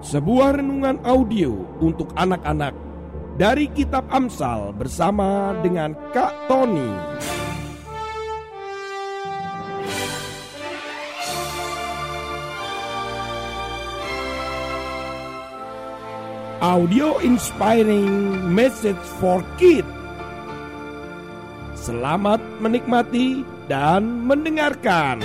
Sebuah renungan audio untuk anak-anak dari Kitab Amsal bersama dengan Kak Tony. Audio inspiring message for kids. Selamat menikmati dan mendengarkan.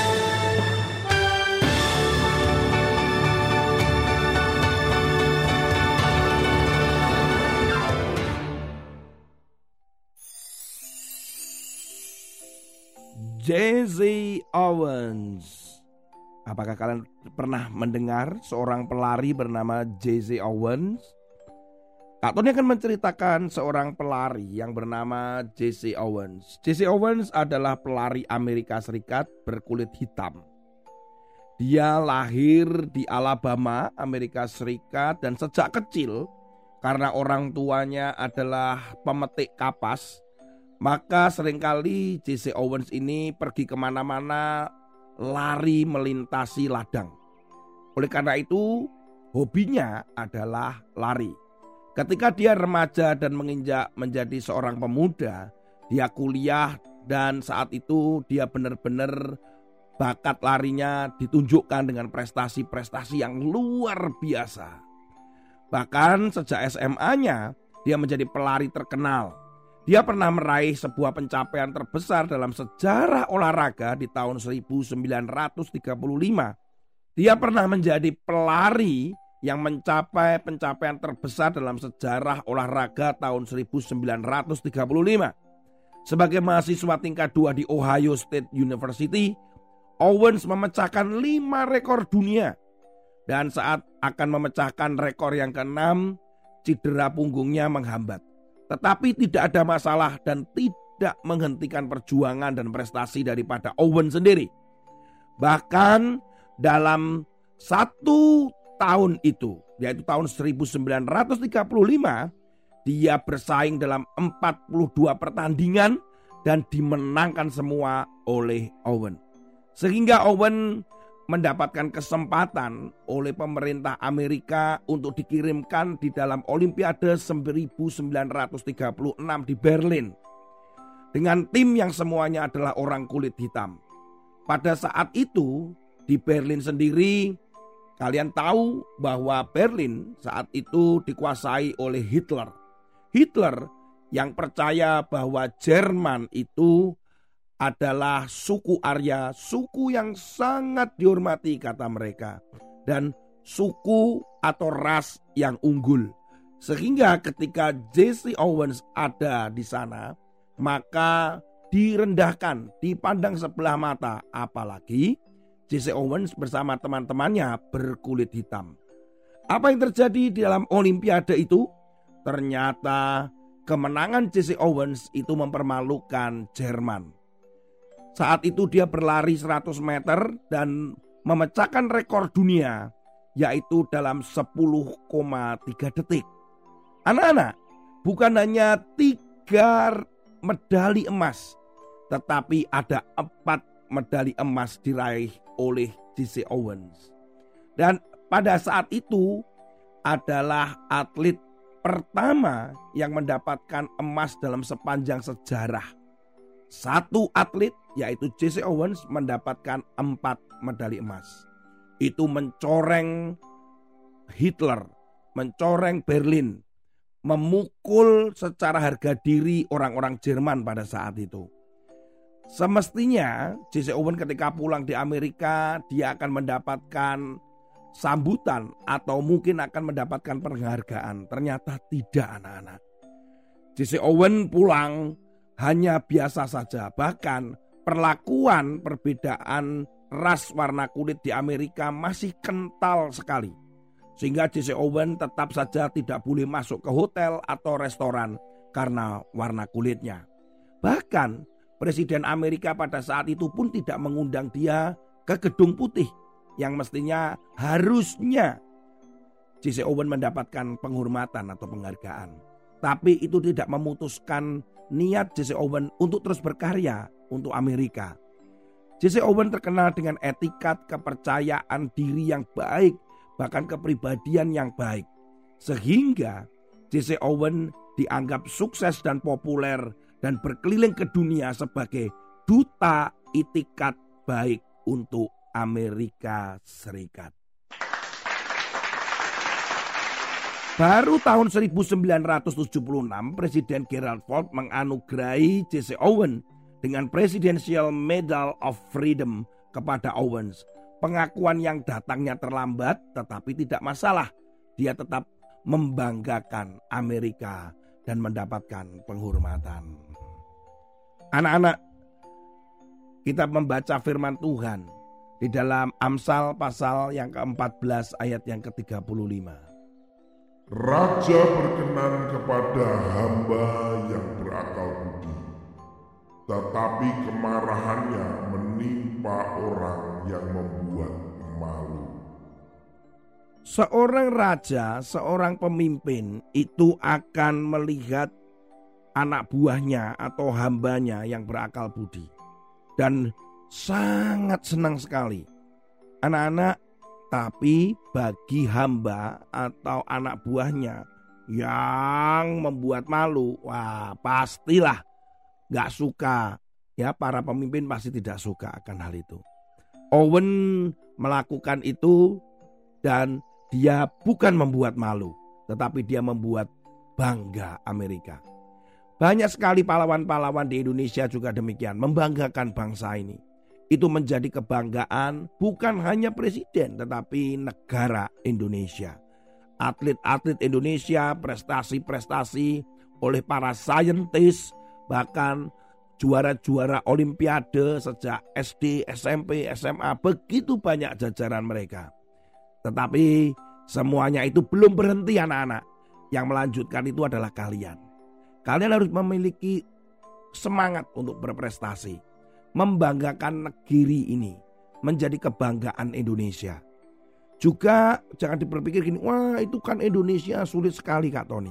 Jesse Owens. Apakah kalian pernah mendengar seorang pelari bernama Jesse Owens? Kak Tony akan menceritakan seorang pelari yang bernama Jesse Owens. Jesse Owens adalah pelari Amerika Serikat berkulit hitam. Dia lahir di Alabama, Amerika Serikat, dan sejak kecil karena orang tuanya adalah pemetik kapas, maka seringkali Jesse Owens ini pergi kemana-mana lari melintasi ladang. Oleh karena itu hobinya adalah lari. Ketika dia remaja dan menginjak menjadi seorang pemuda, dia kuliah dan saat itu dia benar-benar bakat larinya ditunjukkan dengan prestasi-prestasi yang luar biasa. Bahkan sejak SMA-nya dia menjadi pelari terkenal. Dia pernah meraih sebuah pencapaian terbesar dalam sejarah olahraga di tahun 1935. Dia pernah menjadi pelari yang mencapai pencapaian terbesar dalam sejarah olahraga tahun 1935. Sebagai mahasiswa tingkat 2 di Ohio State University, Owens memecahkan 5 rekor dunia. Dan saat akan memecahkan rekor yang ke-6, cedera punggungnya menghambat. Tetapi tidak ada masalah dan tidak menghentikan perjuangan dan prestasi daripada Owens sendiri. Bahkan dalam 1 tahun itu, yaitu tahun 1935, dia bersaing dalam 42 pertandingan dan dimenangkan semua oleh Owens. Sehingga Owens mendapatkan kesempatan oleh pemerintah Amerika untuk dikirimkan di dalam Olimpiade 1936 di Berlin dengan tim yang semuanya adalah orang kulit hitam. Pada saat itu di Berlin sendiri, kalian tahu bahwa Berlin saat itu dikuasai oleh Hitler. Hitler yang percaya bahwa Jerman itu adalah suku Arya, suku yang sangat dihormati kata mereka, dan suku atau ras yang unggul. Sehingga ketika Jesse Owens ada di sana, maka direndahkan, dipandang sebelah mata, apalagi Jesse Owens bersama teman-temannya berkulit hitam. Apa yang terjadi di dalam Olimpiade itu? Ternyata kemenangan Jesse Owens itu mempermalukan Jerman. Saat itu dia berlari 100 meter dan memecahkan rekor dunia, yaitu dalam 10,3 detik. Anak-anak, bukan hanya 3 medali emas, tetapi ada 4 medali emas diraih oleh Jesse Owens. Dan pada saat itu adalah atlet pertama yang mendapatkan emas dalam sepanjang sejarah. 1 atlet yaitu Jesse Owens mendapatkan 4 medali emas. Itu mencoreng Hitler, mencoreng Berlin, memukul secara harga diri orang-orang Jerman pada saat itu. Semestinya Jesse Owens ketika pulang di Amerika dia akan mendapatkan sambutan atau mungkin akan mendapatkan penghargaan. Ternyata tidak, anak-anak. Jesse Owens pulang hanya biasa saja. Bahkan perlakuan perbedaan ras warna kulit di Amerika masih kental sekali. Sehingga Jesse Owens tetap saja tidak boleh masuk ke hotel atau restoran karena warna kulitnya. Bahkan Presiden Amerika pada saat itu pun tidak mengundang dia ke Gedung Putih, yang mestinya harusnya Jesse Owens mendapatkan penghormatan atau penghargaan. Tapi itu tidak memutuskan niat Jesse Owens untuk terus berkarya untuk Amerika. Jesse Owens terkenal dengan etikat kepercayaan diri yang baik, bahkan kepribadian yang baik. Sehingga J.C. Owen dianggap sukses dan populer dan berkeliling ke dunia sebagai duta itikat baik untuk Amerika Serikat. Baru tahun 1976 Presiden Gerald Ford menganugerahi J.C. Owen dengan Presidential Medal of Freedom kepada Owens. Pengakuan yang datangnya terlambat tetapi tidak masalah. Dia tetap membanggakan Amerika dan mendapatkan penghormatan. Anak-anak, kita membaca firman Tuhan di dalam Amsal pasal yang ke-14 ayat yang ke-35. Raja berkenan kepada hamba yang berakal budi, tetapi kemarahannya menimpa orang yang membuat malu. Seorang raja, seorang pemimpin itu akan melihat anak buahnya atau hambanya yang berakal budi. Dan sangat senang sekali. Anak-anak, tapi bagi hamba atau anak buahnya yang membuat malu, wah pastilah gak suka. Ya, para pemimpin pasti tidak suka akan hal itu. Owen melakukan itu dan dia bukan membuat malu, tetapi dia membuat bangga Amerika. Banyak sekali pahlawan-pahlawan di Indonesia juga demikian, membanggakan bangsa ini. Itu menjadi kebanggaan bukan hanya presiden, tetapi negara Indonesia. Atlet-atlet Indonesia, prestasi-prestasi oleh para saintis, bahkan juara-juara olimpiade sejak SD, SMP, SMA, begitu banyak jajaran mereka. Tetapi semuanya itu belum berhenti anak-anak. Yang melanjutkan itu adalah kalian. Kalian harus memiliki semangat untuk berprestasi. Membanggakan negeri ini. Menjadi kebanggaan Indonesia. Juga jangan diperpikir gini, wah itu kan Indonesia sulit sekali Kak Tony.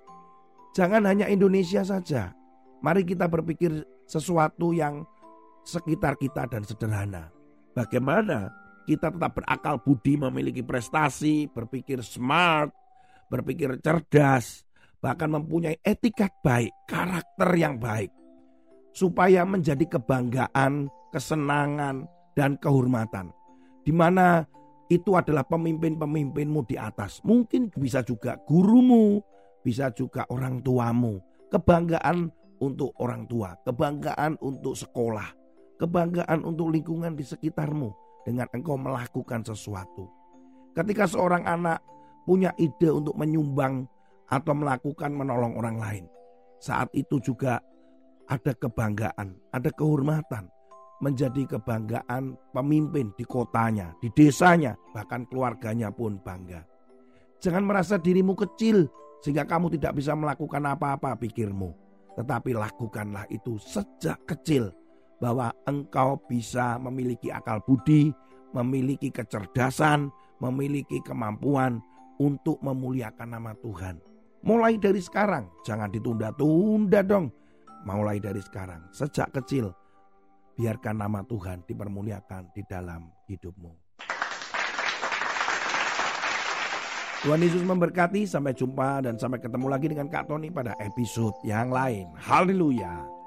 Jangan hanya Indonesia saja. Mari kita berpikir sesuatu yang sekitar kita dan sederhana. Bagaimana kita tetap berakal budi, memiliki prestasi, berpikir smart, berpikir cerdas, bahkan mempunyai etikat baik, karakter yang baik. Supaya menjadi kebanggaan, kesenangan, dan kehormatan. Di mana itu adalah pemimpin-pemimpinmu di atas. Mungkin bisa juga gurumu, bisa juga orang tuamu. Kebanggaan untuk orang tua, kebanggaan untuk sekolah, kebanggaan untuk lingkungan di sekitarmu. Dengan engkau melakukan sesuatu. Ketika seorang anak punya ide untuk menyumbang atau melakukan menolong orang lain, saat itu juga ada kebanggaan, ada kehormatan. Menjadi kebanggaan pemimpin di kotanya, di desanya, bahkan keluarganya pun bangga. Jangan merasa dirimu kecil sehingga kamu tidak bisa melakukan apa-apa pikirmu. Tetapi lakukanlah itu sejak kecil. Bahwa engkau bisa memiliki akal budi, memiliki kecerdasan, memiliki kemampuan untuk memuliakan nama Tuhan. Mulai dari sekarang, jangan ditunda-tunda dong. Mulai dari sekarang, sejak kecil, biarkan nama Tuhan dipermuliakan di dalam hidupmu. Tuhan Yesus memberkati, sampai jumpa dan sampai ketemu lagi dengan Kak Tony pada episode yang lain. Haleluya.